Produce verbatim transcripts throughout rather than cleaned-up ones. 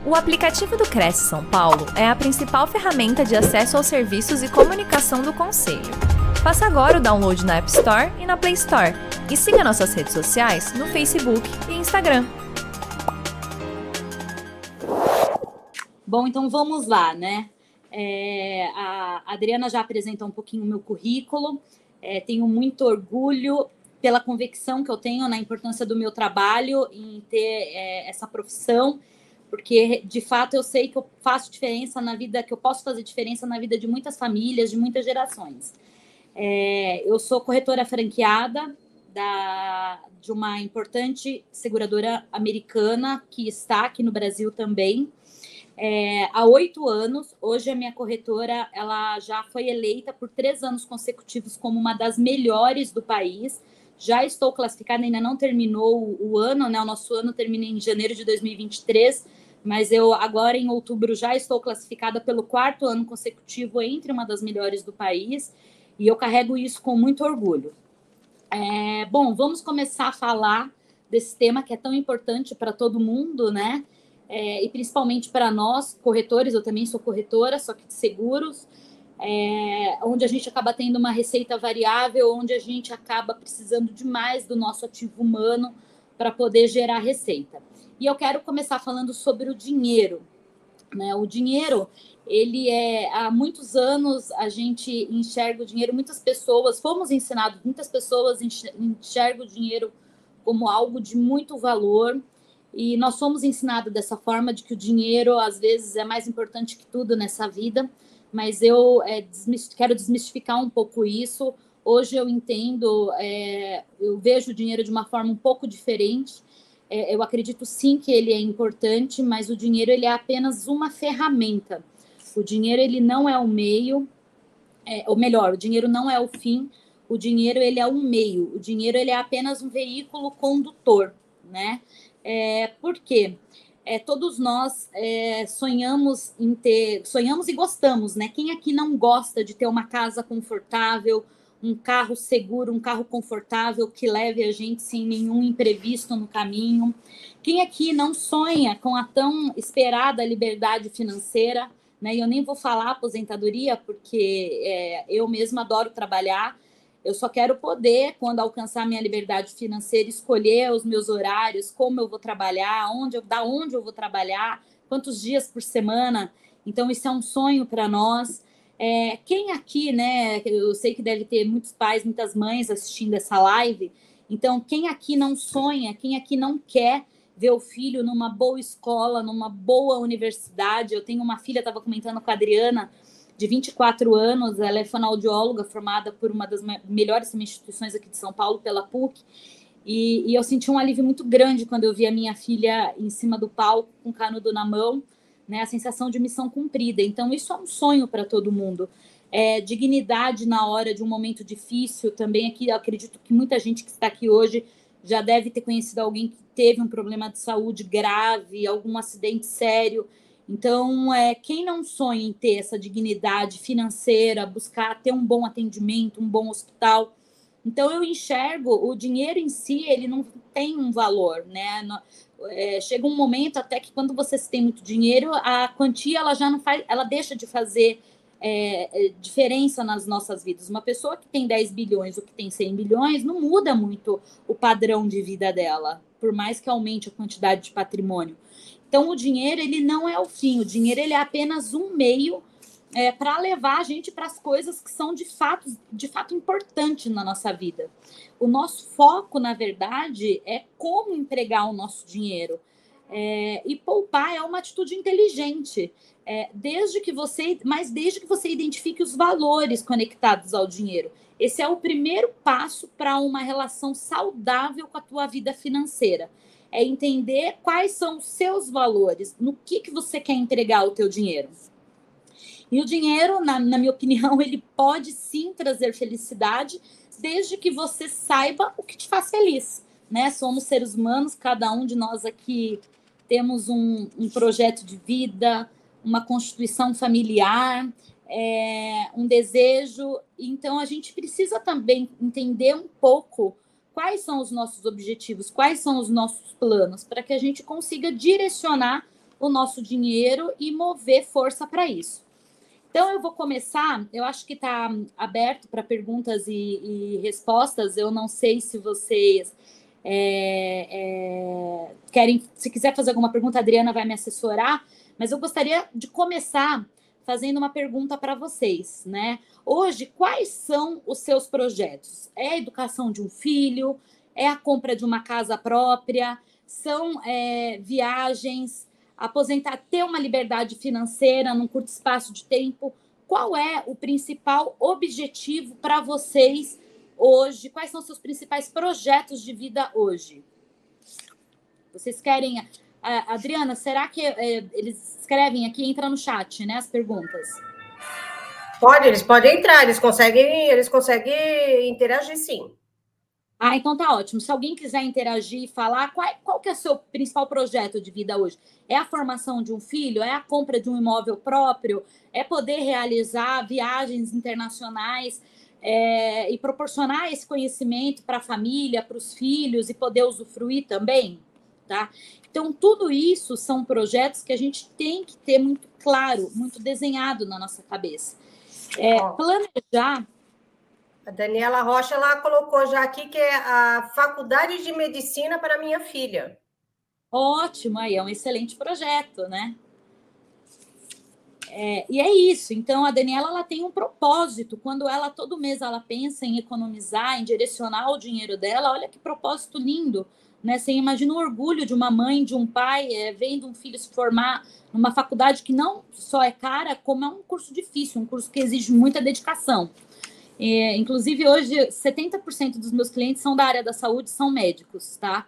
O aplicativo do Cresce São Paulo é a principal ferramenta de acesso aos serviços e comunicação do Conselho. Faça agora o download na App Store e na Play Store. E siga nossas redes sociais no Facebook e Instagram. Bom, então vamos lá, né? É, a Adriana já apresentou um pouquinho o meu currículo. É, tenho muito orgulho pela convicção que eu tenho na importância do meu trabalho em ter é, essa profissão, porque, de fato, eu sei que eu faço diferença na vida, que eu posso fazer diferença na vida de muitas famílias, de muitas gerações. É, eu sou corretora franqueada da, de uma importante seguradora americana que está aqui no Brasil também. É, há oito anos, hoje a minha corretora ela já foi eleita por três anos consecutivos como uma das melhores do país. Já estou classificada, ainda não terminou o, o ano, né? O nosso ano termina em janeiro de dois mil e vinte e três, mas eu agora em outubro já estou classificada pelo quarto ano consecutivo entre uma das melhores do país, e eu carrego isso com muito orgulho. É, bom, vamos começar a falar desse tema que é tão importante para todo mundo, né? É, e principalmente para nós, corretores. Eu também sou corretora, só que de seguros, é, onde a gente acaba tendo uma receita variável, onde a gente acaba precisando demais do nosso ativo humano para poder gerar receita. E eu quero começar falando sobre o dinheiro, né? O dinheiro, ele é, há muitos anos a gente enxerga o dinheiro, muitas pessoas, fomos ensinados, muitas pessoas enxergam o dinheiro como algo de muito valor, e nós somos ensinados dessa forma, de que o dinheiro, às vezes, é mais importante que tudo nessa vida, mas eu é, desmist... quero desmistificar um pouco isso. Hoje eu entendo, é, eu vejo o dinheiro de uma forma um pouco diferente. É, eu acredito sim que ele é importante, mas o dinheiro ele é apenas uma ferramenta. O dinheiro ele não é o meio, é, ou melhor, o dinheiro não é o fim, o dinheiro ele é um meio, o dinheiro ele é apenas um veículo condutor, né? É, por quê? É, todos nós é, sonhamos em ter, sonhamos e gostamos, né? Quem aqui não gosta de ter uma casa confortável, um carro seguro, um carro confortável que leve a gente sem nenhum imprevisto no caminho? Quem aqui não sonha com a tão esperada liberdade financeira, né? E eu nem vou falar aposentadoria, porque é, eu mesma adoro trabalhar. Eu só quero poder, quando alcançar minha liberdade financeira, escolher os meus horários, como eu vou trabalhar, onde eu, da onde eu vou trabalhar, quantos dias por semana. Então, isso é um sonho para nós. É, quem aqui, né? Eu sei que deve ter muitos pais, muitas mães assistindo essa live. Então, quem aqui não sonha, quem aqui não quer ver o filho numa boa escola, numa boa universidade? Eu tenho uma filha, estava comentando com a Adriana, de vinte e quatro anos, ela é fonoaudióloga, formada por uma das melhores instituições aqui de São Paulo, pela P U C, e, e eu senti um alívio muito grande quando eu vi a minha filha em cima do palco, com o canudo na mão, né, a sensação de missão cumprida. Então, isso é um sonho para todo mundo. É, dignidade na hora de um momento difícil, também aqui, eu acredito que muita gente que está aqui hoje já deve ter conhecido alguém que teve um problema de saúde grave, algum acidente sério. Então, é, quem não sonha em ter essa dignidade financeira, buscar ter um bom atendimento, um bom hospital? Então, eu enxergo o dinheiro em si, ele não tem um valor, né? No, é, chega um momento até que quando você tem muito dinheiro, a quantia ela já não faz, ela deixa de fazer é, é, diferença nas nossas vidas. Uma pessoa que tem dez bilhões ou que tem cem bilhões, não muda muito o padrão de vida dela, por mais que aumente a quantidade de patrimônio. Então, o dinheiro, ele não é o fim. O dinheiro, ele é apenas um meio é, para levar a gente para as coisas que são, de fato, de fato importantes na nossa vida. O nosso foco, na verdade, é como empregar o nosso dinheiro. É, e poupar é uma atitude inteligente, é, desde que você, mas desde que você identifique os valores conectados ao dinheiro. Esse é o primeiro passo para uma relação saudável com a tua vida financeira. É entender quais são os seus valores, no que, que você quer entregar o teu dinheiro. E o dinheiro, na, na minha opinião, ele pode sim trazer felicidade, desde que você saiba o que te faz feliz, né? Somos seres humanos, cada um de nós aqui temos um, um projeto de vida, uma constituição familiar, é, um desejo. Então, a gente precisa também entender um pouco quais são os nossos objetivos, quais são os nossos planos, para que a gente consiga direcionar o nosso dinheiro e mover força para isso. Então, eu vou começar, eu acho que está aberto para perguntas e, e respostas. Eu não sei se vocês é, é, querem, se quiser fazer alguma pergunta, a Adriana vai me assessorar, mas eu gostaria de começar fazendo uma pergunta para vocês, né? Hoje, quais são os seus projetos? É a educação de um filho? É a compra de uma casa própria? São é, viagens? Aposentar, ter uma liberdade financeira num curto espaço de tempo? Qual é o principal objetivo para vocês hoje? Quais são os seus principais projetos de vida hoje? Vocês querem... Adriana, será que é, eles escrevem aqui, entra no chat, né, as perguntas? Pode, eles podem entrar, eles conseguem, eles conseguem interagir, sim. Ah, então tá ótimo. Se alguém quiser interagir e falar, qual, qual que é o seu principal projeto de vida hoje? É a formação de um filho? É a compra de um imóvel próprio? É poder realizar viagens internacionais é, e proporcionar esse conhecimento para a família, para os filhos e poder usufruir também? Tá? Então, tudo isso são projetos que a gente tem que ter muito claro, muito desenhado na nossa cabeça. É, planejar... A Daniela Rocha, ela colocou já aqui que é a faculdade de medicina para minha filha. Ótimo, aí é um excelente projeto, né? É, e é isso. Então, a Daniela, ela tem um propósito. Quando ela, todo mês, ela pensa em economizar, em direcionar o dinheiro dela, olha que propósito lindo, né? Você imagina o orgulho de uma mãe, de um pai, é, vendo um filho se formar numa faculdade que não só é cara, como é um curso difícil, um curso que exige muita dedicação. É, inclusive, hoje, setenta por cento dos meus clientes são da área da saúde, são médicos, tá?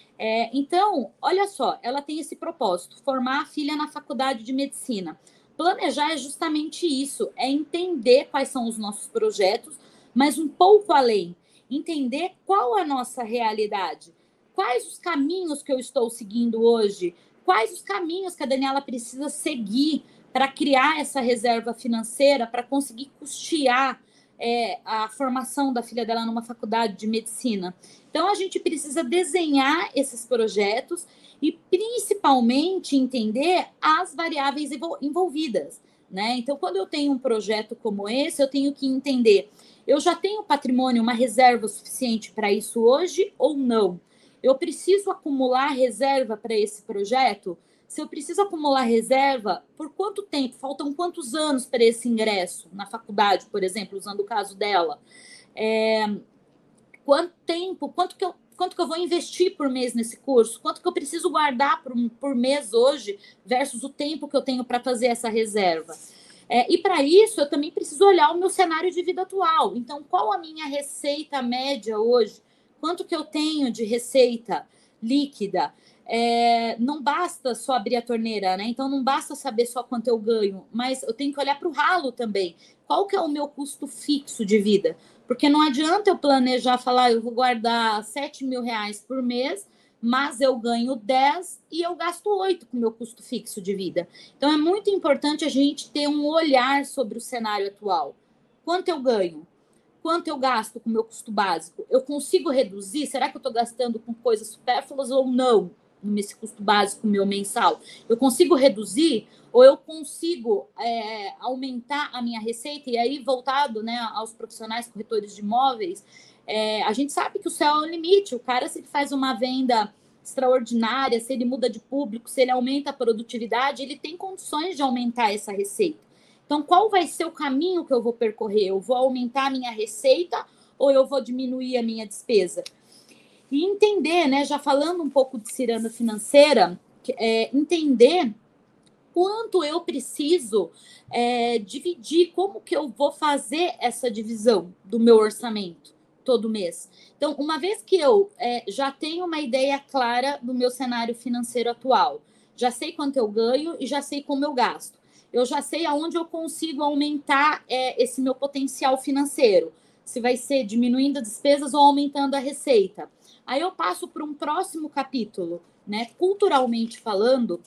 É, então, olha só, ela tem esse propósito, formar a filha na faculdade de medicina. Planejar é justamente isso, é entender quais são os nossos projetos, mas um pouco além, entender qual é a nossa realidade, quais os caminhos que eu estou seguindo hoje, quais os caminhos que a Daniela precisa seguir para criar essa reserva financeira, para conseguir custear é, a formação da filha dela numa faculdade de medicina. Então, a gente precisa desenhar esses projetos e, principalmente, entender as variáveis envolvidas, né? Então, quando eu tenho um projeto como esse, eu tenho que entender, eu já tenho patrimônio, uma reserva suficiente para isso hoje ou não? Eu preciso acumular reserva para esse projeto? Se eu preciso acumular reserva, por quanto tempo? Faltam quantos anos para esse ingresso na faculdade, por exemplo, usando o caso dela? É, quanto tempo? Quanto que eu Quanto que eu vou investir por mês nesse curso? Quanto que eu preciso guardar por, por mês hoje versus o tempo que eu tenho para fazer essa reserva? É, e para isso, eu também preciso olhar o meu cenário de vida atual. Então, qual a minha receita média hoje? Quanto que eu tenho de receita líquida? É, não basta só abrir a torneira, né? Então, não basta saber só quanto eu ganho, mas eu tenho que olhar para o ralo também. Qual que é o meu custo fixo de vida? Porque não adianta eu planejar, falar, eu vou guardar sete mil reais por mês, mas eu ganho dez e eu gasto oito com o meu custo fixo de vida. Então, é muito importante a gente ter um olhar sobre o cenário atual. Quanto eu ganho? Quanto eu gasto com o meu custo básico? Eu consigo reduzir? Será que eu estou gastando com coisas supérfluas ou não nesse custo básico meu mensal? Eu consigo reduzir? Ou eu consigo é, aumentar a minha receita? E aí, voltado, né, aos profissionais corretores de imóveis, é, a gente sabe que o céu é o limite. O cara, se ele faz uma venda extraordinária, se ele muda de público, se ele aumenta a produtividade, ele tem condições de aumentar essa receita. Então, qual vai ser o caminho que eu vou percorrer? Eu vou aumentar a minha receita ou eu vou diminuir a minha despesa? E entender, né, já falando um pouco de ciranda financeira, é, entender quanto eu preciso é, dividir, como que eu vou fazer essa divisão do meu orçamento todo mês. Então, uma vez que eu é, já tenho uma ideia clara do meu cenário financeiro atual, já sei quanto eu ganho e já sei como eu gasto, eu já sei aonde eu consigo aumentar é, esse meu potencial financeiro, se vai ser diminuindo as despesas ou aumentando a receita. Aí eu passo para um próximo capítulo, né? Culturalmente falando,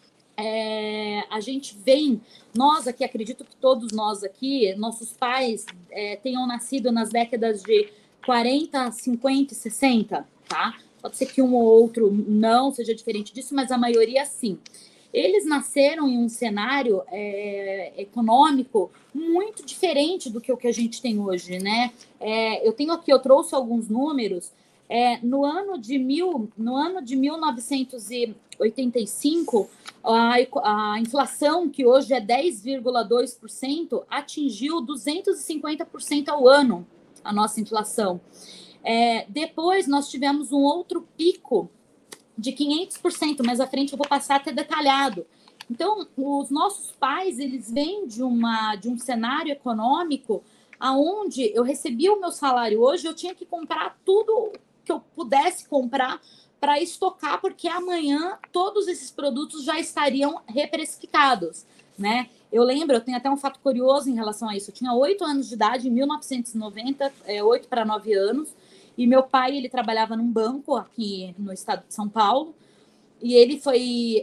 É, a gente vem, nós aqui, acredito que todos nós aqui, nossos pais é, tenham nascido nas décadas de quarenta, cinquenta e sessenta, tá? Pode ser que um ou outro não seja diferente disso, mas a maioria sim. eles nasceram em um cenário é, econômico muito diferente do que o que a gente tem hoje, né? É, eu tenho aqui, eu trouxe alguns números. É, no ano de mil, no ano de mil novecentos e oitenta e cinco, a, a inflação, que hoje é dez vírgula dois por cento, atingiu duzentos e cinquenta por cento ao ano, a nossa inflação. É, depois nós tivemos um outro pico de quinhentos por cento, mais à frente eu vou passar até detalhado. Então, os nossos pais, eles vêm de, uma, de um cenário econômico onde eu recebia o meu salário hoje, eu tinha que comprar tudo que eu pudesse comprar para estocar, porque amanhã todos esses produtos já estariam reprecificados, né? Eu lembro, eu tenho até um fato curioso em relação a isso. Eu tinha oito anos de idade, em mil novecentos e noventa, é, oito para nove anos, e meu pai, ele trabalhava num banco aqui no estado de São Paulo, e ele foi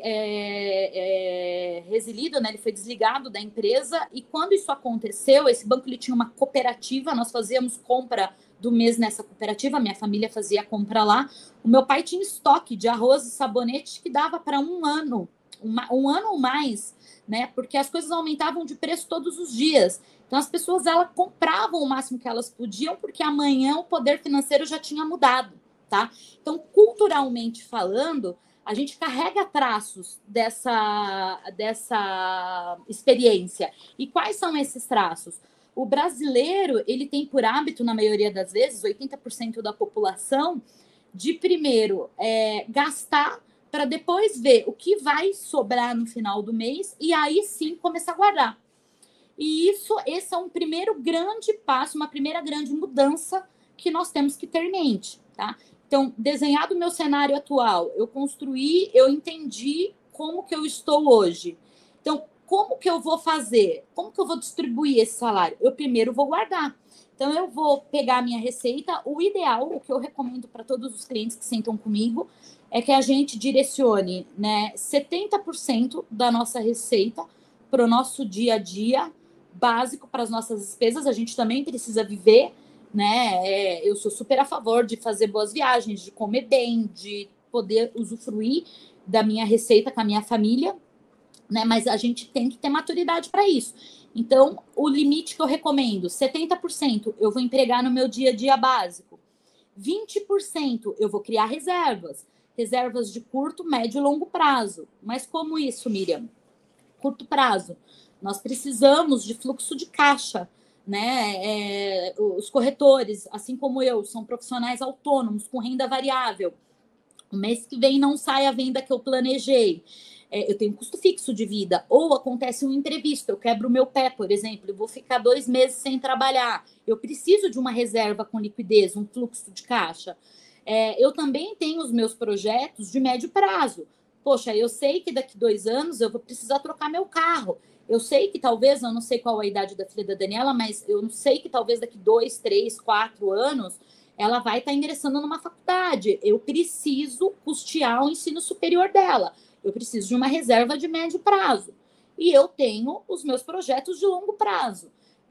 é, é, resilido, né? Ele foi desligado da empresa, e quando isso aconteceu, esse banco ele tinha uma cooperativa, nós fazíamos compra do mês nessa cooperativa, minha família fazia a compra lá. O meu pai tinha estoque de arroz e sabonete que dava para um ano, uma, um ano ou mais, né? Porque as coisas aumentavam de preço todos os dias. Então as pessoas elas compravam o máximo que elas podiam, porque amanhã o poder financeiro já tinha mudado, tá? Então, culturalmente falando, a gente carrega traços dessa, dessa experiência. E quais são esses traços? O brasileiro, ele tem por hábito, na maioria das vezes, oitenta por cento da população, de primeiro é, gastar para depois ver o que vai sobrar no final do mês e aí sim começar a guardar. E isso, esse é um primeiro grande passo, uma primeira grande mudança que nós temos que ter em mente, tá? Então, desenhado o meu cenário atual, eu construí, eu entendi como que eu estou hoje. Então, como que eu vou fazer? Como que eu vou distribuir esse salário? Eu primeiro vou guardar. Então, eu vou pegar a minha receita. O ideal, o que eu recomendo para todos os clientes que sentam comigo, é que a gente direcione, né, setenta por cento da nossa receita para o nosso dia a dia básico, para as nossas despesas. A gente também precisa viver, né? É, eu sou super a favor de fazer boas viagens, de comer bem, de poder usufruir da minha receita com a minha família, né? Mas a gente tem que ter maturidade para isso. Então, o limite que eu recomendo, setenta por cento eu vou empregar no meu dia a dia básico. vinte por cento eu vou criar reservas. Reservas de curto, médio e longo prazo. Mas como isso, Miriam? Curto prazo. Nós precisamos de fluxo de caixa, né? É, os corretores, assim como eu, são profissionais autônomos com renda variável. O mês que vem não sai a venda que eu planejei. É, eu tenho custo fixo de vida. Ou acontece um imprevisto, eu quebro o meu pé, por exemplo, eu vou ficar dois meses sem trabalhar. Eu preciso de uma reserva com liquidez, um fluxo de caixa. É, eu também tenho os meus projetos de médio prazo. Poxa, eu sei que daqui dois anos eu vou precisar trocar meu carro. Eu sei que talvez, eu não sei qual a idade da filha da Daniela, mas eu não sei que talvez daqui dois, três, quatro anos ela vai estar ingressando numa faculdade. Eu preciso custear o ensino superior dela. Eu preciso de uma reserva de médio prazo. E eu tenho os meus projetos de longo prazo.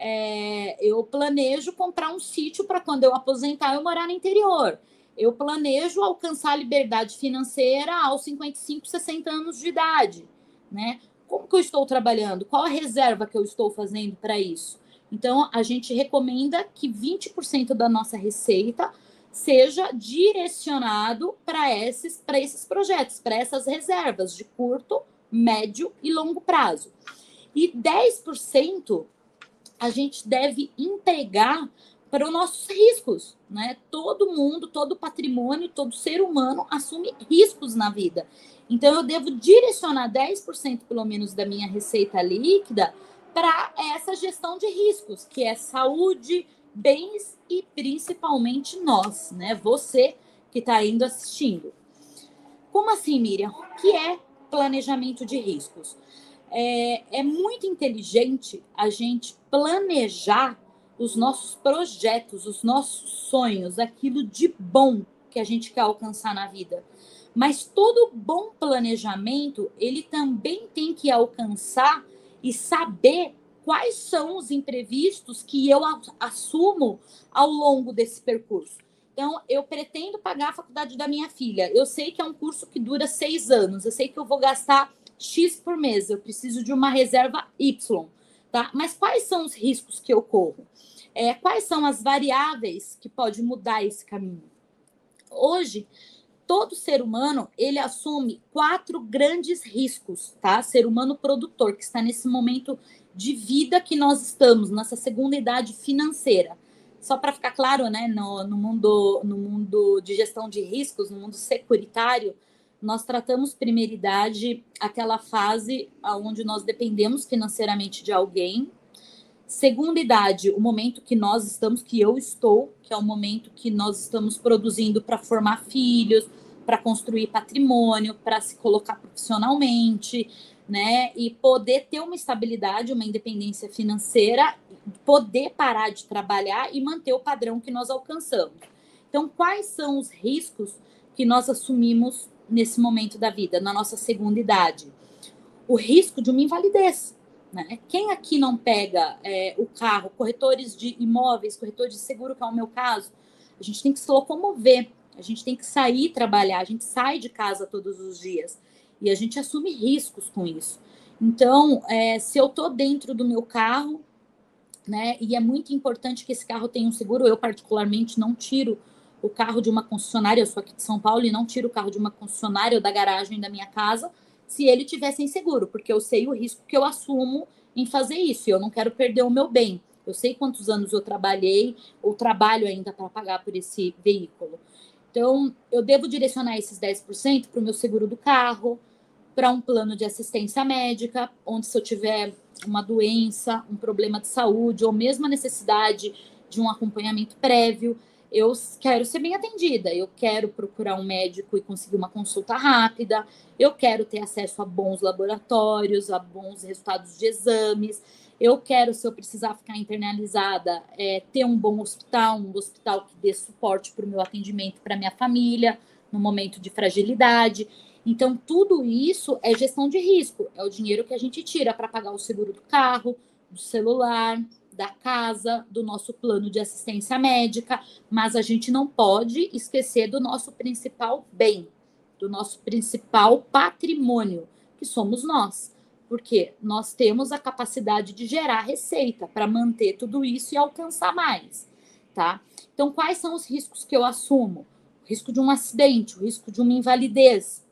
É, eu planejo comprar um sítio para quando eu aposentar eu morar no interior. Eu planejo alcançar a liberdade financeira aos cinquenta e cinco, sessenta anos de idade, né? Como que eu estou trabalhando? Qual a reserva que eu estou fazendo para isso? Então, a gente recomenda que vinte por cento da nossa receita seja direcionado para esses, para esses projetos, para essas reservas de curto, médio e longo prazo. E dez por cento a gente deve empregar para os nossos riscos, né? Todo mundo, todo patrimônio, todo ser humano assume riscos na vida. Então, eu devo direcionar dez por cento, pelo menos, da minha receita líquida para essa gestão de riscos, que é saúde, bens e principalmente nós, né? Você que está indo assistindo. Como assim, Miriam? O que é planejamento de riscos? É, é muito inteligente a gente planejar os nossos projetos, os nossos sonhos, aquilo de bom que a gente quer alcançar na vida. Mas todo bom planejamento, ele também tem que alcançar e saber quais são os imprevistos que eu assumo ao longo desse percurso. Então, eu pretendo pagar a faculdade da minha filha. Eu sei que é um curso que dura seis anos. Eu sei que eu vou gastar X por mês, eu preciso de uma reserva Y, tá? Mas quais são os riscos que eu corro? É, quais são as variáveis que pode mudar esse caminho? Hoje, todo ser humano, ele assume quatro grandes riscos, tá? Ser humano produtor, que está nesse momento de vida que nós estamos, nessa segunda idade financeira. Só para ficar claro, né, no, no, mundo, no mundo de gestão de riscos, no mundo securitário, nós tratamos primeira idade aquela fase onde nós dependemos financeiramente de alguém. Segunda idade, o momento que nós estamos, que eu estou, que é o momento que nós estamos produzindo para formar filhos, para construir patrimônio, para se colocar profissionalmente, né? E poder ter uma estabilidade, uma independência financeira, poder parar de trabalhar e manter o padrão que nós alcançamos. Então, quais são os riscos que nós assumimos nesse momento da vida, na nossa segunda idade? O risco de uma invalidez. Né? Quem aqui não pega é, o carro, corretores de imóveis, corretores de seguro, que é o meu caso, a gente tem que se locomover, a gente tem que sair trabalhar, a gente sai de casa todos os dias e a gente assume riscos com isso. Então, é, se eu estou dentro do meu carro, né, e é muito importante que esse carro tenha um seguro, eu particularmente não tiro o carro de uma concessionária, eu sou aqui de São Paulo e não tiro o carro de uma concessionária ou da garagem da minha casa, se ele tiver sem seguro, porque eu sei o risco que eu assumo em fazer isso, e eu não quero perder o meu bem. Eu sei quantos anos eu trabalhei, ou trabalho ainda para pagar por esse veículo. Então, eu devo direcionar esses dez por cento para o meu seguro do carro, para um plano de assistência médica, onde se eu tiver uma doença, um problema de saúde, ou mesmo a necessidade de um acompanhamento prévio, eu quero ser bem atendida, eu quero procurar um médico e conseguir uma consulta rápida, eu quero ter acesso a bons laboratórios, a bons resultados de exames, eu quero, se eu precisar ficar internalizada, é, ter um bom hospital, um hospital que dê suporte para o meu atendimento, para a minha família, no momento de fragilidade. Então, tudo isso é gestão de risco, é o dinheiro que a gente tira para pagar o seguro do carro, do celular, da casa, do nosso plano de assistência médica, mas a gente não pode esquecer do nosso principal bem, do nosso principal patrimônio, que somos nós, porque nós temos a capacidade de gerar receita para manter tudo isso e alcançar mais, tá? Então, quais são os riscos que eu assumo? O risco de um acidente, o risco de uma invalidez.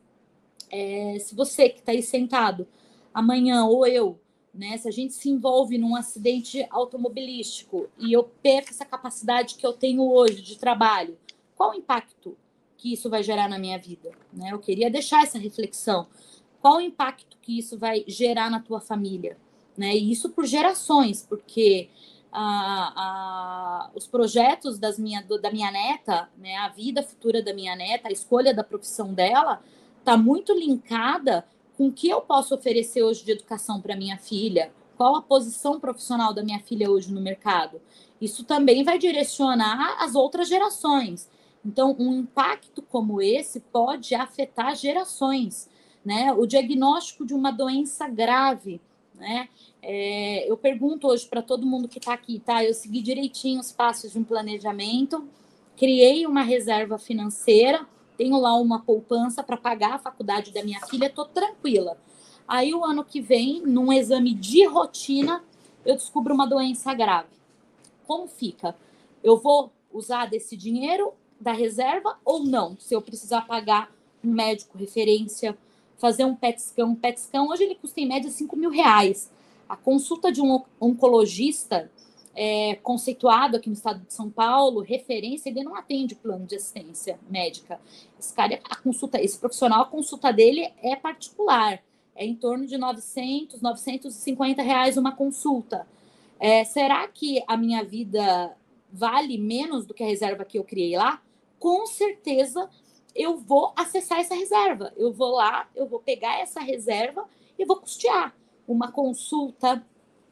É, se você que está aí sentado, amanhã ou eu, né, se a gente se envolve num acidente automobilístico e eu perco essa capacidade que eu tenho hoje de trabalho, qual o impacto que isso vai gerar na minha vida? Né? Eu queria deixar essa reflexão. Qual o impacto que isso vai gerar na tua família? Né? E isso por gerações, porque ah, ah, os projetos das minha, da minha neta, né, a vida futura da minha neta, a escolha da profissão dela, está muito linkada com o que eu posso oferecer hoje de educação para minha filha, qual a posição profissional da minha filha hoje no mercado. Isso também vai direcionar as outras gerações. Então, um impacto como esse pode afetar gerações, né? O diagnóstico de uma doença grave, né? É, eu pergunto hoje para todo mundo que está aqui, tá? Eu segui direitinho os passos de um planejamento, criei uma reserva financeira, tenho lá uma poupança para pagar a faculdade da minha filha, estou tranquila. Aí, o ano que vem, num exame de rotina, eu descubro uma doença grave. Como fica? Eu vou usar desse dinheiro da reserva ou não? Se eu precisar pagar um médico referência, fazer um PET scan. Um PET scan, hoje ele custa em média cinco mil reais. A consulta de um oncologista é, conceituado aqui no estado de São Paulo, referência, ele não atende plano de assistência médica. Esse cara, a consulta, esse profissional, a consulta dele é particular. É em torno de novecentos, novecentos e cinquenta reais uma consulta. É, será que a minha vida vale menos do que a reserva que eu criei lá? Com certeza eu vou acessar essa reserva. Eu vou lá, eu vou pegar essa reserva e vou custear uma consulta,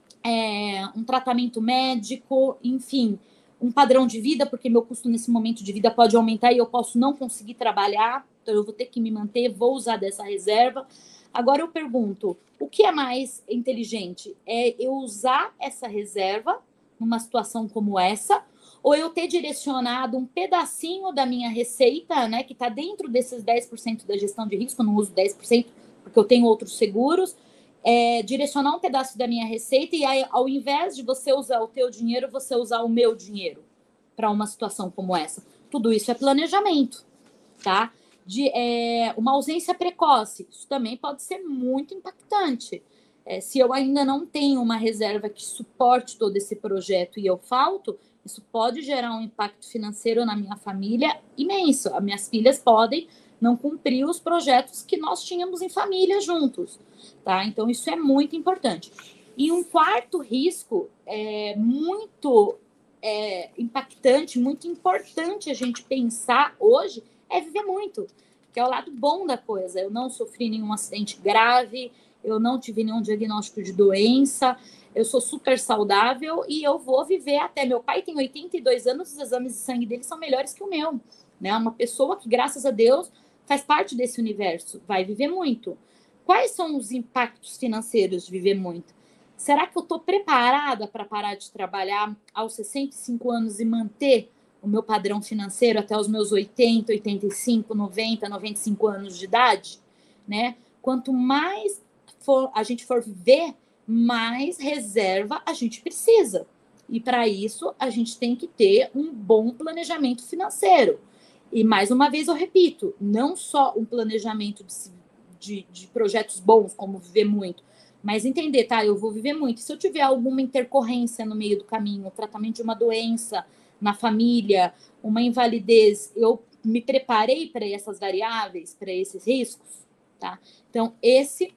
é, um tratamento médico, enfim, um padrão de vida, porque meu custo nesse momento de vida pode aumentar e eu posso não conseguir trabalhar, então eu vou ter que me manter, vou usar dessa reserva. Agora eu pergunto, o que é mais inteligente? É eu usar essa reserva numa situação como essa, ou eu ter direcionado um pedacinho da minha receita, né, que está dentro desses dez por cento da gestão de risco, eu não uso dez por cento, porque eu tenho outros seguros, é, direcionar um pedaço da minha receita e aí, ao invés de você usar o teu dinheiro, você usar o meu dinheiro para uma situação como essa. Tudo isso é planejamento, tá? De, é, uma ausência precoce, isso também pode ser muito impactante. É, se eu ainda não tenho uma reserva que suporte todo esse projeto e eu falto, isso pode gerar um impacto financeiro na minha família imenso. As minhas filhas podem não cumprir os projetos que nós tínhamos em família juntos, tá? Então, isso é muito importante. E um quarto risco é muito é, impactante, muito importante a gente pensar hoje, é viver muito, que é o lado bom da coisa. Eu não sofri nenhum acidente grave, eu não tive nenhum diagnóstico de doença, eu sou super saudável e eu vou viver até. Meu pai tem oitenta e dois anos, os exames de sangue dele são melhores que o meu, né? Uma pessoa que, graças a Deus, faz parte desse universo, vai viver muito. Quais são os impactos financeiros de viver muito? Será que eu estou preparada para parar de trabalhar aos sessenta e cinco anos e manter o meu padrão financeiro até os meus oitenta, oitenta e cinco, noventa, noventa e cinco anos de idade? Né? Quanto mais for, a gente for viver, mais reserva a gente precisa. E para isso, a gente tem que ter um bom planejamento financeiro. E, mais uma vez, eu repito, não só um planejamento de, de, de projetos bons, como viver muito, mas entender, tá, eu vou viver muito. Se eu tiver alguma intercorrência no meio do caminho, o tratamento de uma doença na família, uma invalidez, eu me preparei para essas variáveis, para esses riscos, tá? Então, esse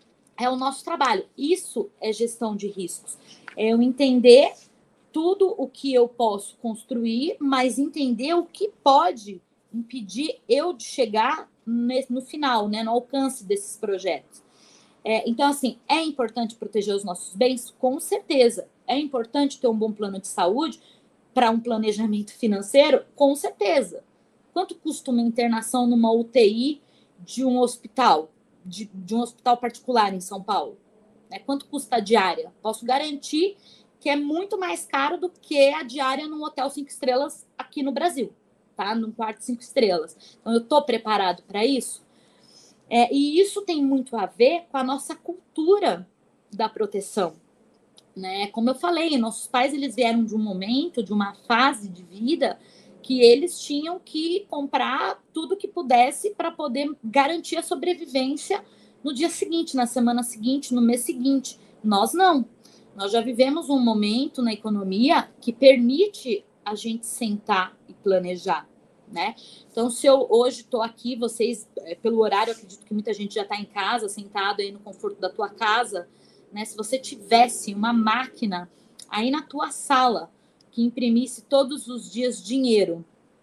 é o nosso trabalho. Isso é gestão de riscos. É eu entender tudo o que eu posso construir, mas entender o que pode impedir eu de chegar no final, né, no alcance desses projetos. É, então, assim, é importante proteger os nossos bens? Com certeza. É importante ter um bom plano de saúde para um planejamento financeiro? Com certeza. Quanto custa uma internação numa U T I de um hospital, de, de um hospital particular em São Paulo? Né? Quanto custa a diária? Posso garantir que é muito mais caro do que a diária num hotel cinco estrelas aqui no Brasil, tá? Num quarto cinco estrelas. Então, eu estou preparado para isso? É, e isso tem muito a ver com a nossa cultura da proteção, né? Como eu falei, nossos pais, eles vieram de um momento, de uma fase de vida que eles tinham que comprar tudo que pudesse para poder garantir a sobrevivência no dia seguinte, na semana seguinte, no mês seguinte. Nós não. Nós já vivemos um momento na economia que permite a gente sentar e planejar, né? Então, se eu hoje estou aqui, vocês, pelo horário, eu acredito que muita gente já está em casa, sentado aí no conforto da tua casa, né? Se você tivesse uma máquina aí na tua sala que imprimisse todos os dias dinheiro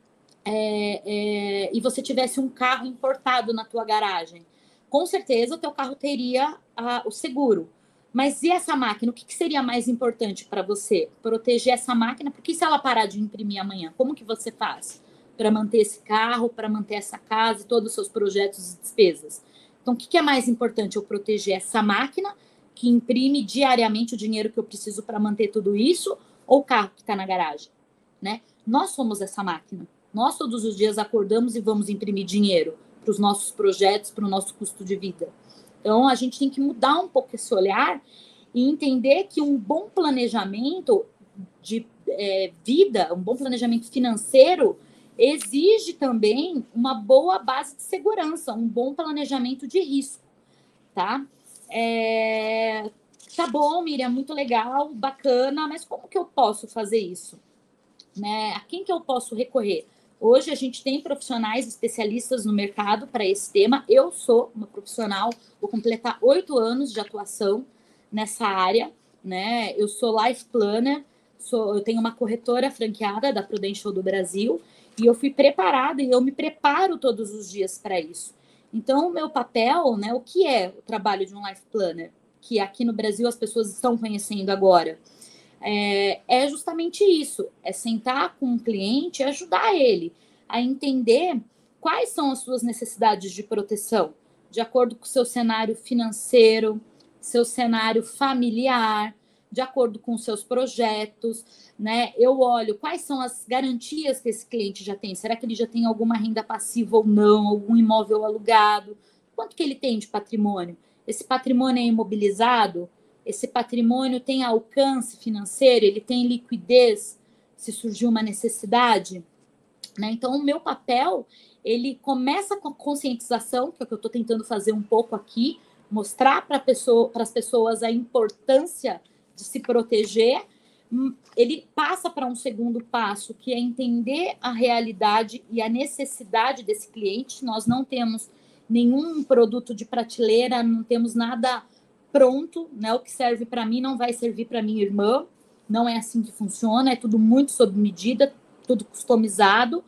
é, é, e você tivesse um carro importado na tua garagem, com certeza o teu carro teria a, o seguro. Mas e essa máquina? O que, que seria mais importante para você? Proteger essa máquina? Porque se ela parar de imprimir amanhã, como que você faz para manter esse carro, para manter essa casa e todos os seus projetos e despesas? Então, o que, que é mais importante? Eu proteger essa máquina que imprime diariamente o dinheiro que eu preciso para manter tudo isso ou o carro que está na garagem? Né? Nós somos essa máquina. Nós todos os dias acordamos e vamos imprimir dinheiro para os nossos projetos, para o nosso custo de vida. Então, a gente tem que mudar um pouco esse olhar e entender que um bom planejamento de é, vida, um bom planejamento financeiro, exige também uma boa base de segurança, um bom planejamento de risco, tá? É... Tá bom, Miriam, muito legal, bacana, mas como que eu posso fazer isso? Né? A quem que eu posso recorrer? Hoje a gente tem profissionais especialistas no mercado para esse tema. Eu sou uma profissional, vou completar oito anos de atuação nessa área, né? Eu sou life planner, sou, eu tenho uma corretora franqueada da Prudential do Brasil e eu fui preparada e eu me preparo todos os dias para isso. Então, o meu papel, né? O que é o trabalho de um life planner? Que aqui no Brasil as pessoas estão conhecendo agora. É, é justamente isso, é sentar com o cliente e ajudar ele a entender quais são as suas necessidades de proteção, de acordo com o seu cenário financeiro, seu cenário familiar, de acordo com os seus projetos, né? Eu olho quais são as garantias que esse cliente já tem, será que ele já tem alguma renda passiva ou não, algum imóvel alugado, Quanto que ele tem de patrimônio? Esse patrimônio é imobilizado? Esse patrimônio tem alcance financeiro? Ele tem liquidez se surgir uma necessidade? Né? Então, o meu papel, ele começa com a conscientização, que é o que eu estou tentando fazer um pouco aqui, mostrar para pessoa, as pessoas a importância de se proteger. Ele passa para um segundo passo, que é entender a realidade e a necessidade desse cliente. Nós não temos nenhum produto de prateleira, não temos nada pronto, né? O que serve para mim não vai servir para minha irmã, não é assim que funciona, é tudo muito sob medida, tudo customizado.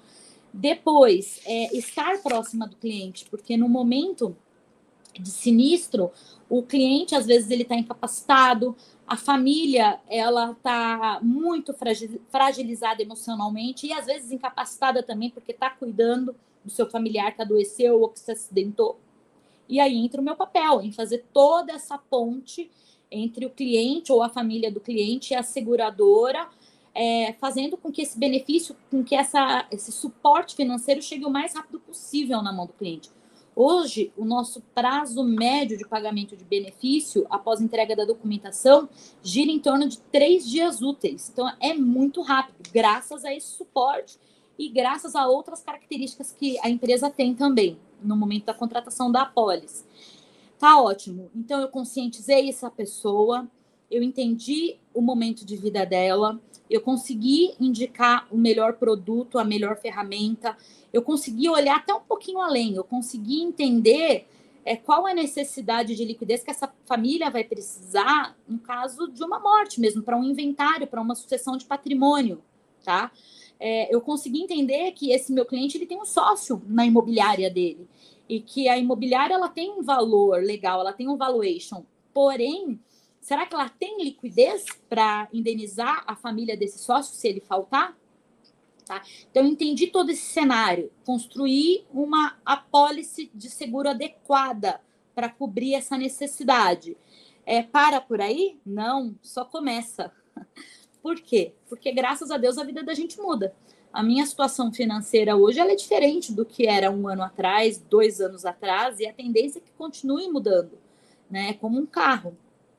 Depois, é, estar próxima do cliente, porque no momento de sinistro, o cliente, às vezes, ele está incapacitado, a família, ela está muito fragilizada emocionalmente e, às vezes, incapacitada também, porque está cuidando do seu familiar que adoeceu ou que se acidentou. E aí entra o meu papel, em fazer toda essa ponte entre o cliente ou a família do cliente e a seguradora, é, fazendo com que esse benefício, com que essa, esse suporte financeiro chegue o mais rápido possível na mão do cliente. Hoje, o nosso prazo médio de pagamento de benefício, após entrega da documentação, gira em torno de três dias úteis. Então, é muito rápido, graças a esse suporte e graças a outras características que a empresa tem também, no momento da contratação da apólice. Tá ótimo. Então, eu conscientizei essa pessoa, eu entendi o momento de vida dela, eu consegui indicar o melhor produto, a melhor ferramenta, eu consegui olhar até um pouquinho além, eu consegui entender é, qual a necessidade de liquidez que essa família vai precisar no caso de uma morte mesmo, para um inventário, para uma sucessão de patrimônio, tá? É, eu consegui entender que esse meu cliente ele tem um sócio na imobiliária dele e que a imobiliária ela tem um valor legal, ela tem um valuation, porém, será que ela tem liquidez para indenizar a família desse sócio se ele faltar? Tá? Então, eu entendi todo esse cenário, construir uma apólice de seguro adequada para cobrir essa necessidade. É, para por aí? Não, só começa. Por quê? Porque, graças a Deus, a vida da gente muda. A minha situação financeira hoje ela é diferente do que era um ano atrás, dois anos atrás, e a tendência é que continue mudando, né? Como um carro.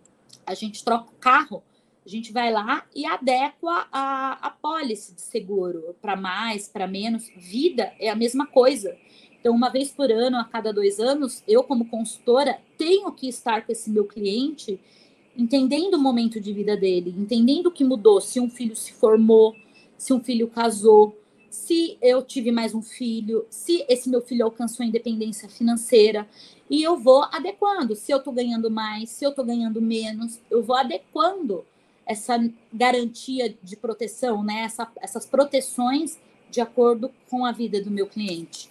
A gente troca o carro, a gente vai lá e adequa a, a pólice de seguro para mais, para menos. Vida é a mesma coisa. Então, uma vez por ano, a cada dois anos, eu, como consultora, tenho que estar com esse meu cliente, entendendo o momento de vida dele, entendendo o que mudou, se um filho se formou, se um filho casou, se eu tive mais um filho, se esse meu filho alcançou a independência financeira. E eu vou adequando. Se eu estou ganhando mais, se eu estou ganhando menos, eu vou adequando essa garantia de proteção, né? Essa, essas proteções de acordo com a vida do meu cliente.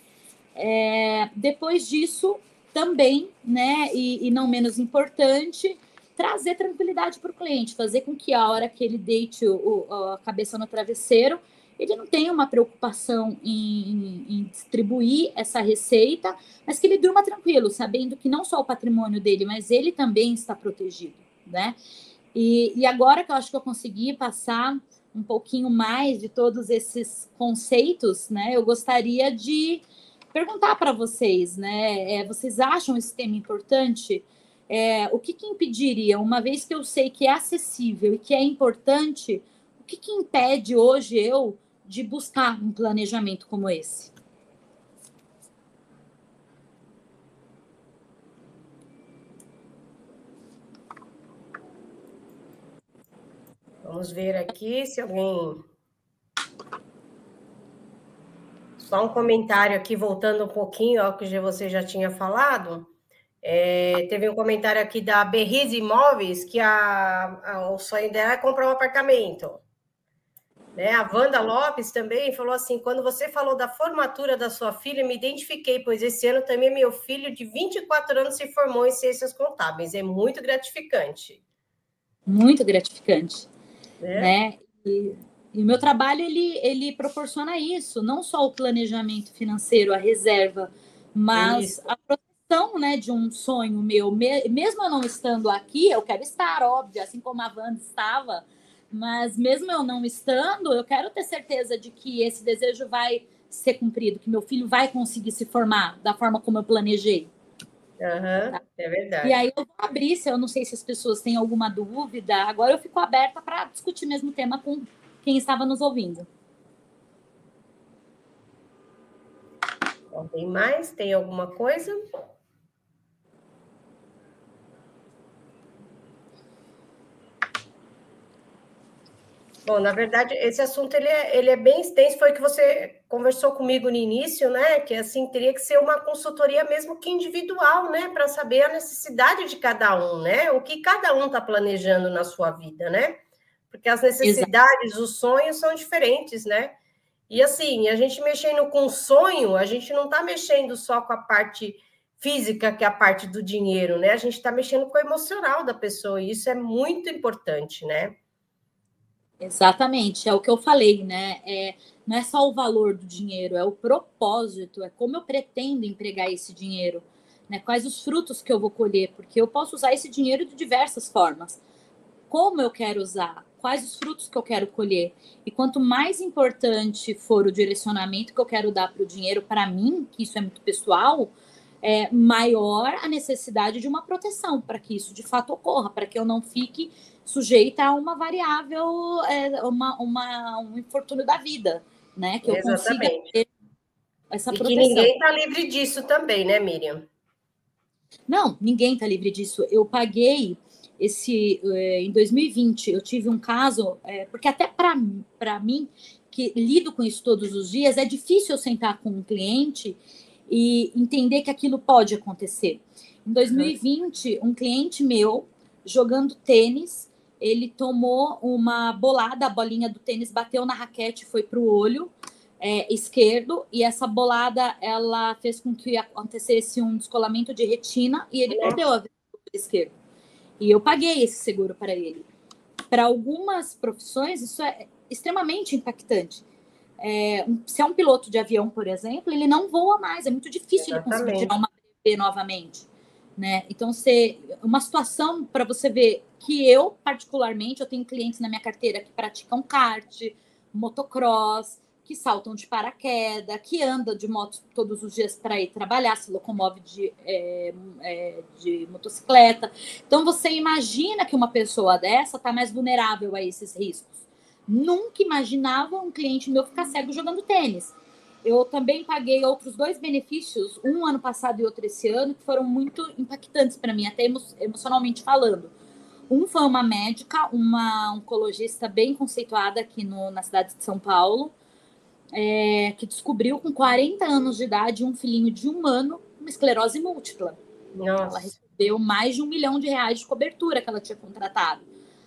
É, depois disso, também, né? E, e não menos importante, trazer tranquilidade para o cliente, fazer com que a hora que ele deite o, a cabeça no travesseiro, ele não tenha uma preocupação em, em distribuir essa receita, mas que ele durma tranquilo, sabendo que não só o patrimônio dele, mas ele também está protegido, né? E, e agora que eu acho que eu consegui passar um pouquinho mais de todos esses conceitos, né? Eu gostaria de perguntar para vocês, né? É, vocês acham esse tema importante? É, o que, que impediria, uma vez que eu sei que é acessível e que é importante, o que, que impede hoje eu de buscar um planejamento como esse? Vamos ver aqui se alguém... Só um comentário aqui, voltando um pouquinho ao que você já tinha falado. É, teve um comentário aqui da Berriz Imóveis, que a, a, o sonho dela é comprar um apartamento. Né? A Wanda Lopes também falou assim, quando você falou da formatura da sua filha, me identifiquei, pois esse ano também meu filho de vinte e quatro anos se formou em Ciências Contábeis. É muito gratificante. Muito gratificante. É. Né? E, e o meu trabalho, ele, ele proporciona isso, não só o planejamento financeiro, a reserva, mas isso. A proteção, né, de um sonho meu. Mesmo eu não estando aqui, eu quero estar, óbvio, assim como a Wanda estava, mas mesmo eu não estando, eu quero ter certeza de que esse desejo vai ser cumprido, que meu filho vai conseguir se formar da forma como eu planejei. Uhum, tá? é E aí verdade. eu vou abrir, se eu não sei se as pessoas têm alguma dúvida. Agora eu fico aberta para discutir mesmo tema com quem estava nos ouvindo. Tem mais? Tem alguma coisa? Bom, na verdade, esse assunto ele é, ele é bem extenso, foi o que você conversou comigo no início, né? Que assim teria que ser uma consultoria mesmo que individual, né? Para saber a necessidade de cada um, né? O que cada um está planejando na sua vida, né? Porque as Exato. necessidades, os sonhos são diferentes, né? E assim, a gente mexendo com o sonho, a gente não está mexendo só com a parte física, que é a parte do dinheiro, né? A gente está mexendo com o emocional da pessoa, e isso é muito importante, né? Exatamente, é o que eu falei, né? É, não é só o valor do dinheiro, é o propósito, é como eu pretendo empregar esse dinheiro, né? Quais os frutos que eu vou colher, porque eu posso usar esse dinheiro de diversas formas. Como eu quero usar, quais os frutos que eu quero colher. E quanto mais importante for o direcionamento que eu quero dar para o dinheiro, para mim, que isso é muito pessoal, é maior a necessidade de uma proteção para que isso de fato ocorra, para que eu não fique sujeita a uma variável, é, uma, uma, um infortúnio da vida, né? Que eu consiga Exatamente. ter essa E que proteção. ninguém está livre disso também, né, Miriam? Não, ninguém está livre disso. Eu paguei esse é, em dois mil e vinte. Eu tive um caso, é, porque até para mim, que lido com isso todos os dias, é difícil eu sentar com um cliente e entender que aquilo pode acontecer. Em dois mil e vinte, um cliente meu, jogando tênis, ele tomou uma bolada, a bolinha do tênis bateu na raquete, foi para o olho é, esquerdo, e essa bolada ela fez com que acontecesse um descolamento de retina e ele perdeu a visão do olho esquerdo. E eu paguei esse seguro para ele. Para algumas profissões, isso é extremamente impactante. É, se é um piloto de avião, por exemplo, ele não voa mais, é muito difícil ele conseguir Exatamente. tirar uma B P novamente. Né? Então, se, uma situação para você ver que eu, particularmente, eu tenho clientes na minha carteira que praticam kart, motocross, que saltam de paraquedas, que andam de moto todos os dias para ir trabalhar, se locomove de, é, é, de motocicleta. Então, você imagina que uma pessoa dessa está mais vulnerável a esses riscos. Nunca imaginava um cliente meu ficar cego jogando tênis. Eu também paguei outros dois benefícios, um ano passado e outro esse ano, que foram muito impactantes para mim, até emo emocionalmente falando. Um foi uma médica, uma oncologista bem conceituada aqui no, na cidade de São Paulo, é, que descobriu com quarenta anos de idade um filhinho de um ano uma esclerose múltipla. Nossa. Ela recebeu mais de um milhão de reais de cobertura que ela tinha contratado.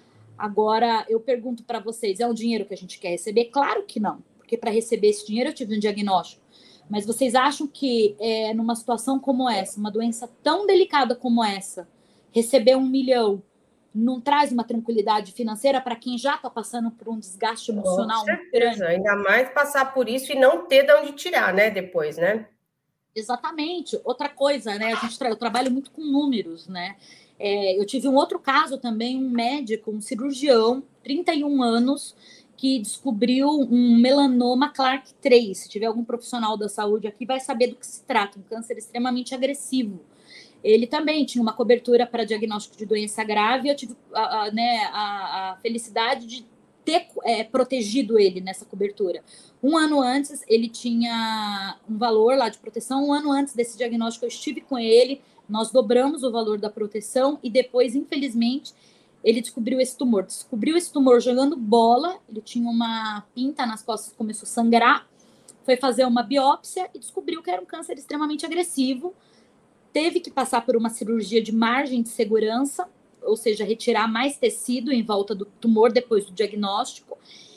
Agora, eu pergunto para vocês, é um dinheiro que a gente quer receber? Claro que não, porque para receber esse dinheiro eu tive um diagnóstico. Mas vocês acham que é, numa situação como essa, uma doença tão delicada como essa, receber um milhão não traz uma tranquilidade financeira para quem já está passando por um desgaste emocional Com muito grande? certeza, ainda mais passar por isso e não ter de onde tirar, né, depois, né? Exatamente. Outra coisa, né? A gente tra eu trabalho muito com números, né? É, eu tive um outro caso também, um médico, um cirurgião, trinta e um anos, que descobriu um melanoma Clark três. Se tiver algum profissional da saúde aqui, vai saber do que se trata, um câncer extremamente agressivo. Ele também tinha uma cobertura para diagnóstico de doença grave, e eu tive a, a, né, a, a felicidade de ter é, protegido ele nessa cobertura. Um ano antes, ele tinha um valor lá de proteção. Um ano antes desse diagnóstico, eu estive com ele, nós dobramos o valor da proteção e depois, infelizmente, ele descobriu esse tumor. Descobriu esse tumor jogando bola, ele tinha uma pinta nas costas, começou a sangrar, foi fazer uma biópsia e descobriu que era um câncer extremamente agressivo. Teve que passar por uma cirurgia de margem de segurança, ou seja, retirar mais tecido em volta do tumor depois do diagnóstico.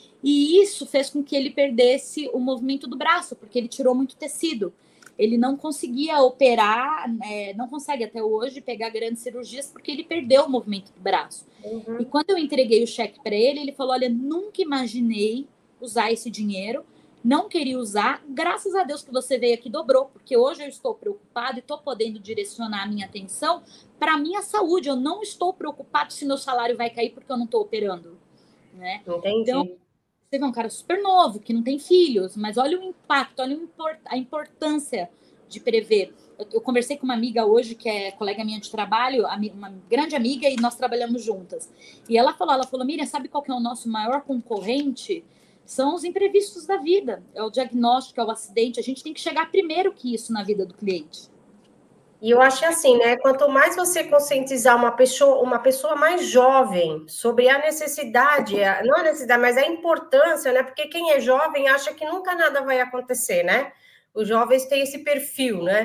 E isso fez com que ele perdesse o movimento do braço, porque ele tirou muito tecido. Ele não conseguia operar, é, não consegue até hoje pegar grandes cirurgias, porque ele perdeu o movimento do braço. Uhum. E quando eu entreguei o cheque para ele, ele falou: olha, nunca imaginei usar esse dinheiro, não queria usar, graças a Deus que você veio aqui e dobrou, porque hoje eu estou preocupado e estou podendo direcionar a minha atenção para a minha saúde. Eu não estou preocupado se meu salário vai cair porque eu não estou operando. Né? Entendi. Então, você vê um cara super novo, que não tem filhos, mas olha o impacto, olha a importância de prever. Eu, eu conversei com uma amiga hoje, que é colega minha de trabalho, uma grande amiga, e nós trabalhamos juntas. E ela falou, ela falou, Miriam, sabe qual que é o nosso maior concorrente? São os imprevistos da vida. É o diagnóstico, é o acidente. A gente tem que chegar primeiro que isso na vida do cliente. E eu acho assim, né? Quanto mais você conscientizar uma pessoa, uma pessoa mais jovem sobre a necessidade, não a necessidade, mas a importância, né? Porque quem é jovem acha que nunca nada vai acontecer, né? Os jovens têm esse perfil, né?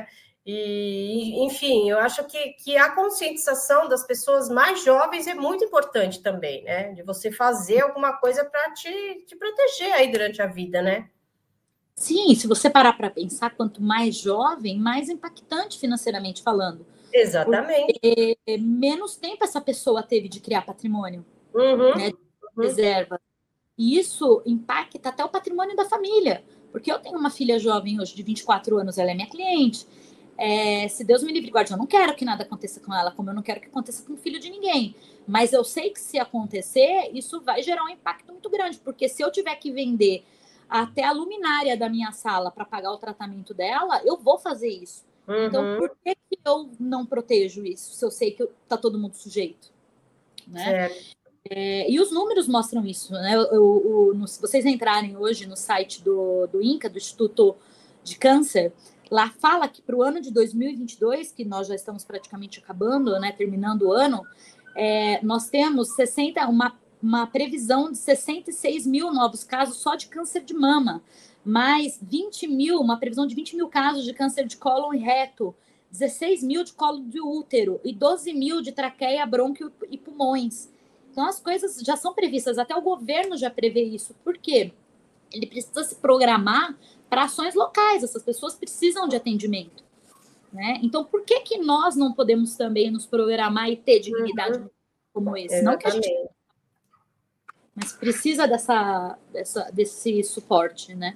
E, enfim, eu acho que, que a conscientização das pessoas mais jovens é muito importante também, né? De você fazer alguma coisa para te, te proteger aí durante a vida, né? Sim, se você parar para pensar, quanto mais jovem, mais impactante financeiramente falando. Exatamente. Porque menos tempo essa pessoa teve de criar patrimônio, uhum, né, de uhum. reserva. E isso impacta até o patrimônio da família. Porque eu tenho uma filha jovem hoje, de vinte e quatro anos, ela é minha cliente. É, se Deus me livre e guarde, eu não quero que nada aconteça com ela, como eu não quero que aconteça com o filho de ninguém. Mas eu sei que se acontecer, isso vai gerar um impacto muito grande. Porque se eu tiver que vender até a luminária da minha sala para pagar o tratamento dela, eu vou fazer isso. Uhum. Então, por que, que eu não protejo isso, se eu sei que está todo mundo sujeito? Né? É, e os números mostram isso. Né? Eu, eu, eu, no, se vocês entrarem hoje no site do, do INCA, do Instituto de Câncer, lá fala que para o ano de dois mil e vinte e dois, que nós já estamos praticamente acabando, né, terminando o ano, é, nós temos sessenta, uma uma previsão de sessenta e seis mil novos casos só de câncer de mama, mais vinte mil, uma previsão de vinte mil casos de câncer de cólon e reto, dezesseis mil de colo de útero e doze mil de traqueia, brônquio e pulmões. Então, as coisas já são previstas, até o governo já prevê isso. Por quê? Ele precisa se programar para ações locais, essas pessoas precisam de atendimento. Né? Então, por que, que nós não podemos também nos programar e ter dignidade uhum. como esse? Não que a gente... Mas precisa dessa, dessa, desse suporte, né?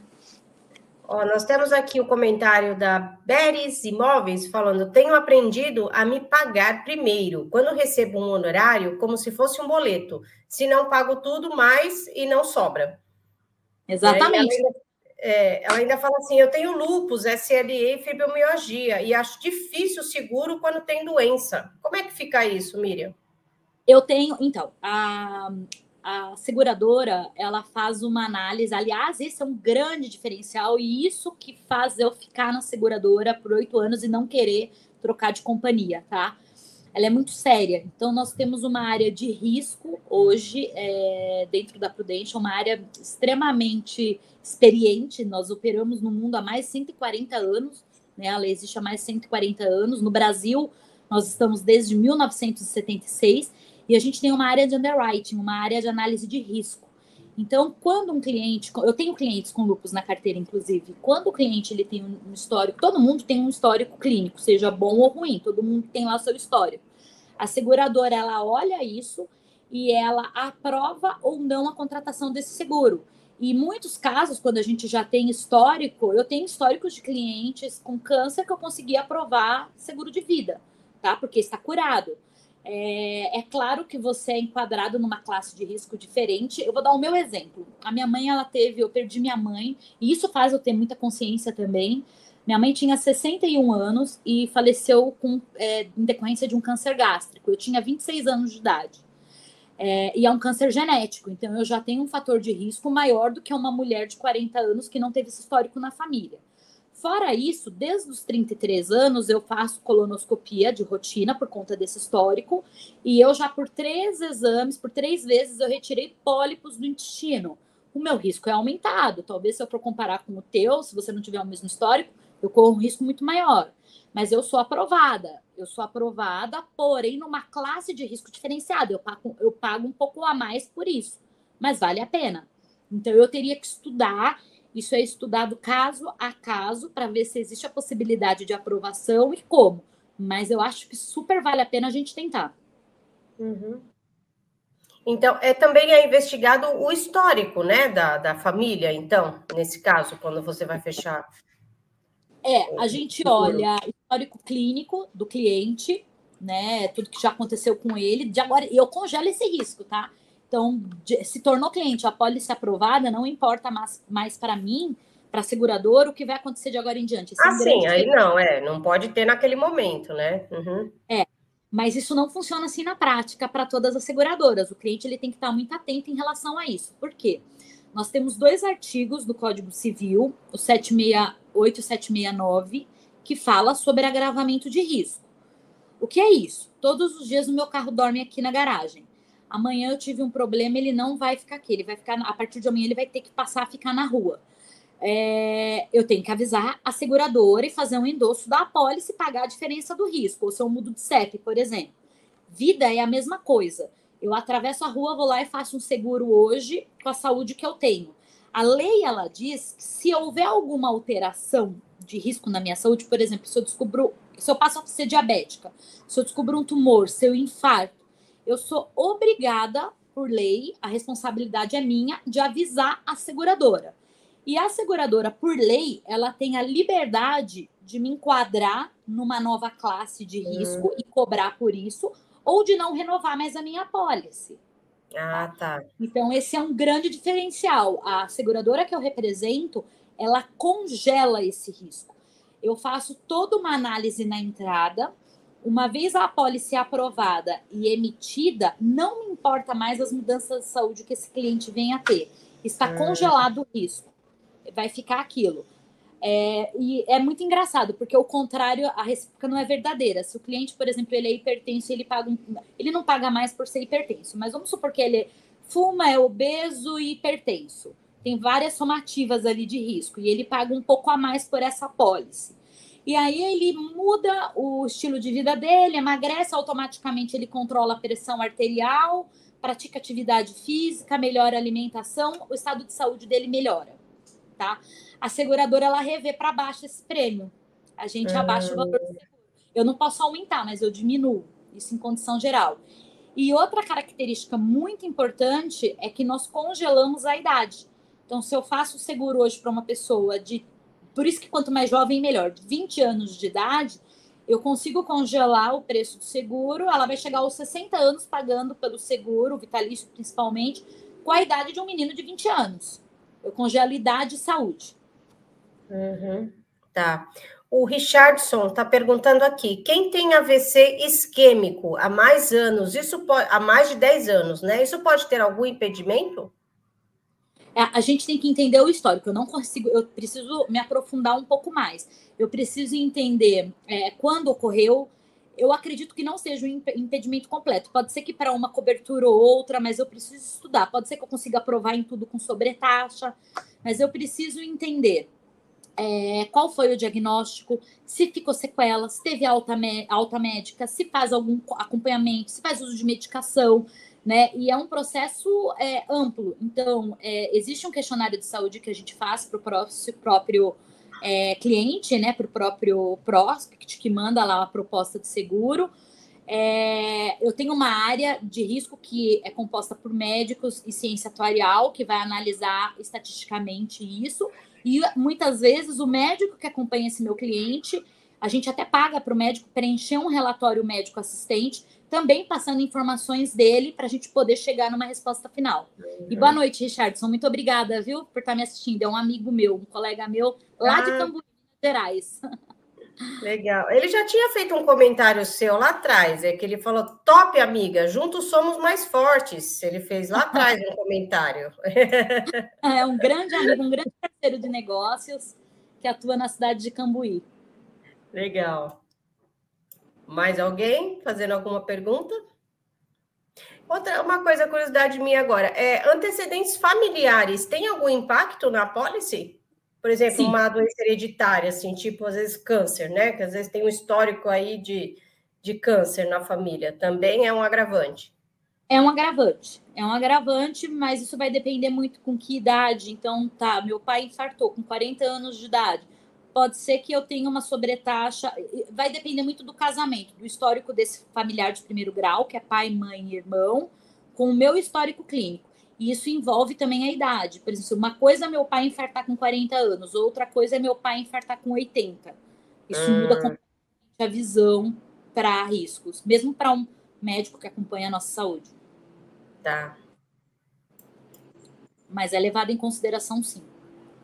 Ó, nós temos aqui o comentário da Beres Imóveis falando: tenho aprendido a me pagar primeiro, quando recebo um honorário, como se fosse um boleto. Se não pago tudo mais e não sobra. Exatamente. Ela ainda, é, ela ainda fala assim: eu tenho lúpus, S L E e fibromialgia, e acho difícil o seguro quando tem doença. Como é que fica isso, Miriam? Eu tenho, então, a... a seguradora, ela faz uma análise, aliás, esse é um grande diferencial e isso que faz eu ficar na seguradora por oito anos e não querer trocar de companhia, tá? Ela é muito séria. Então, nós temos uma área de risco hoje é, dentro da Prudential, uma área extremamente experiente. Nós operamos no mundo há mais de cento e quarenta anos, né? Ela existe há mais de cento e quarenta anos. No Brasil, nós estamos desde mil novecentos e setenta e seis. E a gente tem uma área de underwriting, uma área de análise de risco. Então, quando um cliente... Eu tenho clientes com lúpus na carteira, inclusive. Quando o cliente ele tem um histórico... Todo mundo tem um histórico clínico, seja bom ou ruim. Todo mundo tem lá seu histórico. A seguradora, ela olha isso e ela aprova ou não a contratação desse seguro. E em muitos casos, quando a gente já tem histórico... Eu tenho históricos de clientes com câncer que eu consegui aprovar seguro de vida, tá? Porque está curado. É, é claro que você é enquadrado numa classe de risco diferente. Eu vou dar o meu exemplo. A minha mãe, ela teve... Eu perdi minha mãe. E isso faz eu ter muita consciência também. Minha mãe tinha sessenta e um anos e faleceu com, é, em decorrência de um câncer gástrico. Eu tinha vinte e seis anos de idade. É, e é um câncer genético. Então, eu já tenho um fator de risco maior do que uma mulher de quarenta anos que não teve esse histórico na família. Fora isso, desde os trinta e três anos, eu faço colonoscopia de rotina por conta desse histórico. E eu já por três exames, por três vezes, eu retirei pólipos do intestino. O meu risco é aumentado. Talvez se eu for comparar com o teu, se você não tiver o mesmo histórico, eu corro um risco muito maior. Mas eu sou aprovada. Eu sou aprovada, porém, numa classe de risco diferenciada. Eu pago, eu pago um pouco a mais por isso. Mas vale a pena. Então, eu teria que estudar... Isso é estudado caso a caso para ver se existe a possibilidade de aprovação e como. Mas eu acho que super vale a pena a gente tentar. Uhum. Então, é, também é investigado o histórico, né, da, da família, então, nesse caso, quando você vai fechar. É, a gente olha o histórico clínico do cliente, né, tudo que já aconteceu com ele. De agora, eu congelo esse risco, tá? Então, se tornou cliente, a pólice aprovada, não importa mais, mais para mim para a seguradora o que vai acontecer de agora em diante. Esse ah, é um sim, aí grande... não, é, não pode ter naquele momento, né? Uhum. É, mas isso não funciona assim na prática para todas as seguradoras. O cliente ele tem que estar muito atento em relação a isso. Por quê? Nós temos dois artigos do Código Civil, o sete seis oito e sete seis nove, que fala sobre agravamento de risco. O que é isso? Todos os dias o meu carro dorme aqui na garagem. Amanhã eu tive um problema, ele não vai ficar aqui. Ele vai ficar, a partir de amanhã ele vai ter que passar a ficar na rua. É, eu tenho que avisar a seguradora e fazer um endosso da apólice e pagar a diferença do risco. Ou se eu mudo de C E P, por exemplo. Vida é a mesma coisa. Eu atravesso a rua, vou lá e faço um seguro hoje com a saúde que eu tenho. A lei, ela diz que se houver alguma alteração de risco na minha saúde, por exemplo, se eu descubro, se eu passo a ser diabética, se eu descubro um tumor, se eu infarto, eu sou obrigada, por lei, a responsabilidade é minha, de avisar a seguradora. E a seguradora, por lei, ela tem a liberdade de me enquadrar numa nova classe de risco uhum. e cobrar por isso, ou de não renovar mais a minha apólice. Ah, tá. Então, esse é um grande diferencial. A seguradora que eu represento, ela congela esse risco. Eu faço toda uma análise na entrada. Uma vez a apólice aprovada e emitida, não me importa mais as mudanças de saúde que esse cliente venha a ter. Está hum. congelado o risco. Vai ficar aquilo. É, e é muito engraçado, porque o contrário, a recíproca não é verdadeira. Se o cliente, por exemplo, ele é hipertenso, ele, paga um, ele não paga mais por ser hipertenso. Mas vamos supor que ele fuma, é obeso e hipertenso. Tem várias somativas ali de risco. E ele paga um pouco a mais por essa apólice. E aí ele muda o estilo de vida dele, emagrece, automaticamente ele controla a pressão arterial, pratica atividade física, melhora a alimentação, o estado de saúde dele melhora, tá? A seguradora, ela revê para baixo esse prêmio. A gente uhum. abaixa o valor do seguro. Eu não posso aumentar, mas eu diminuo. Isso em condição geral. E outra característica muito importante é que nós congelamos a idade. Então, se eu faço o seguro hoje para uma pessoa de... Por isso que quanto mais jovem, melhor. De vinte anos de idade, eu consigo congelar o preço do seguro. Ela vai chegar aos sessenta anos pagando pelo seguro, vitalício principalmente, com a idade de um menino de vinte anos. Eu congelo idade e saúde. Uhum. Tá. O Richardson está perguntando aqui, quem tem A V C isquêmico há mais anos, isso pode, há mais de dez anos, né? Isso pode ter algum impedimento? É, a gente tem que entender o histórico. Eu não consigo, eu preciso me aprofundar um pouco mais. Eu preciso entender é, quando ocorreu. Eu acredito que não seja um impedimento completo. Pode ser que para uma cobertura ou outra, mas eu preciso estudar. Pode ser que eu consiga aprovar em tudo com sobretaxa, mas eu preciso entender é, qual foi o diagnóstico, se ficou sequela, se teve alta, alta médica, se faz algum acompanhamento, se faz uso de medicação, né? E é um processo é, amplo. Então, é, existe um questionário de saúde que a gente faz para o próprio, próprio é, cliente, né? Para o próprio prospect que manda lá a proposta de seguro. É, eu tenho uma área de risco que é composta por médicos e ciência atuarial, que vai analisar estatisticamente isso. E muitas vezes o médico que acompanha esse meu cliente, a gente até paga para o médico preencher um relatório médico assistente, também passando informações dele para a gente poder chegar numa resposta final. Uhum. E boa noite, Richardson. Muito obrigada, viu, por estar me assistindo. É um amigo meu, um colega meu, lá ah. de Cambuí, Minas Gerais. Legal. Ele já tinha feito um comentário seu lá atrás, é que ele falou, top, amiga, juntos somos mais fortes. Ele fez lá atrás um comentário. É um grande amigo, um grande parceiro de negócios que atua na cidade de Cambuí. Legal. Mais alguém fazendo alguma pergunta? Outra, uma coisa, curiosidade minha agora, é, antecedentes familiares têm algum impacto na apólice? Por exemplo, Sim. uma doença hereditária, assim, tipo, às vezes, câncer, né? Que às vezes tem um histórico aí de, de câncer na família. Também é um agravante? É um agravante. É um agravante, mas isso vai depender muito com que idade. Então, tá, meu pai infartou com quarenta anos de idade. Pode ser que eu tenha uma sobretaxa. Vai depender muito do casamento, do histórico desse familiar de primeiro grau, que é pai, mãe e irmão, com o meu histórico clínico. E isso envolve também a idade. Por exemplo, uma coisa é meu pai infartar com quarenta anos, outra coisa é meu pai infartar com oitenta. Isso hum. muda completamente a visão para riscos, mesmo para um médico que acompanha a nossa saúde. Tá. Mas é levado em consideração, sim.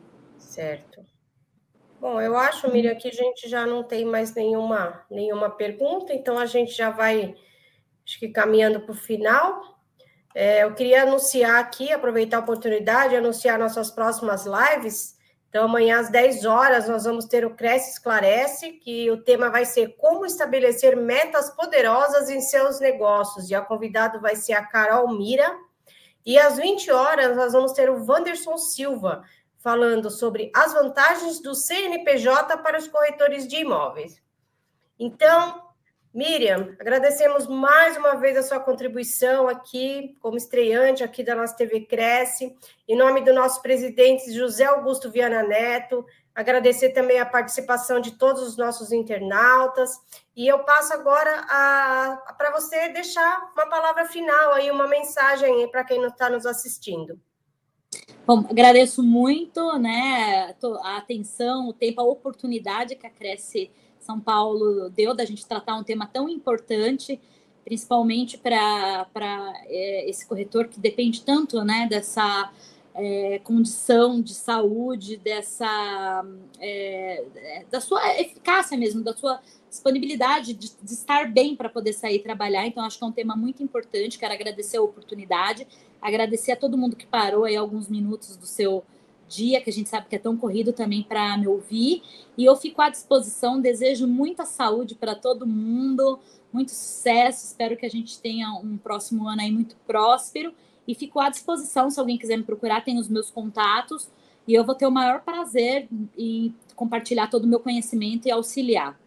Certo. Bom, eu acho, Miriam, que a gente já não tem mais nenhuma, nenhuma pergunta, então a gente já vai, acho que caminhando para o final. É, eu queria anunciar aqui, aproveitar a oportunidade, anunciar nossas próximas lives. Então, amanhã às dez horas, nós vamos ter o Cresce Esclarece, que o tema vai ser como estabelecer metas poderosas em seus negócios. E a convidada vai ser a Carol Mira. E às vinte horas, nós vamos ter o Wanderson Silva, falando sobre as vantagens do C N P J para os corretores de imóveis. Então, Miriam, agradecemos mais uma vez a sua contribuição aqui, como estreante aqui da nossa T V Cresce, em nome do nosso presidente José Augusto Viana Neto, agradecer também a participação de todos os nossos internautas, e eu passo agora para você deixar uma palavra final aí, uma mensagem para quem não está nos assistindo. Bom, agradeço muito, né, a atenção, o tempo, a oportunidade que a Cresce São Paulo deu da gente tratar um tema tão importante, principalmente para é, esse corretor que depende tanto, né, dessa é, condição de saúde, dessa é, da sua eficácia mesmo, da sua disponibilidade de, de estar bem para poder sair trabalhar. Então, acho que é um tema muito importante. Quero agradecer a oportunidade, agradecer a todo mundo que parou aí alguns minutos do seu dia, que a gente sabe que é tão corrido também, para me ouvir. E eu fico à disposição, desejo muita saúde para todo mundo, muito sucesso, espero que a gente tenha um próximo ano aí muito próspero, e fico à disposição, se alguém quiser me procurar, tem os meus contatos, e eu vou ter o maior prazer em compartilhar todo o meu conhecimento e auxiliar.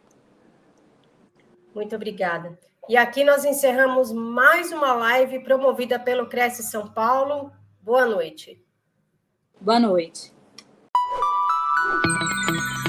Muito obrigada. E aqui nós encerramos mais uma live promovida pelo Cresce São Paulo. Boa noite. Boa noite.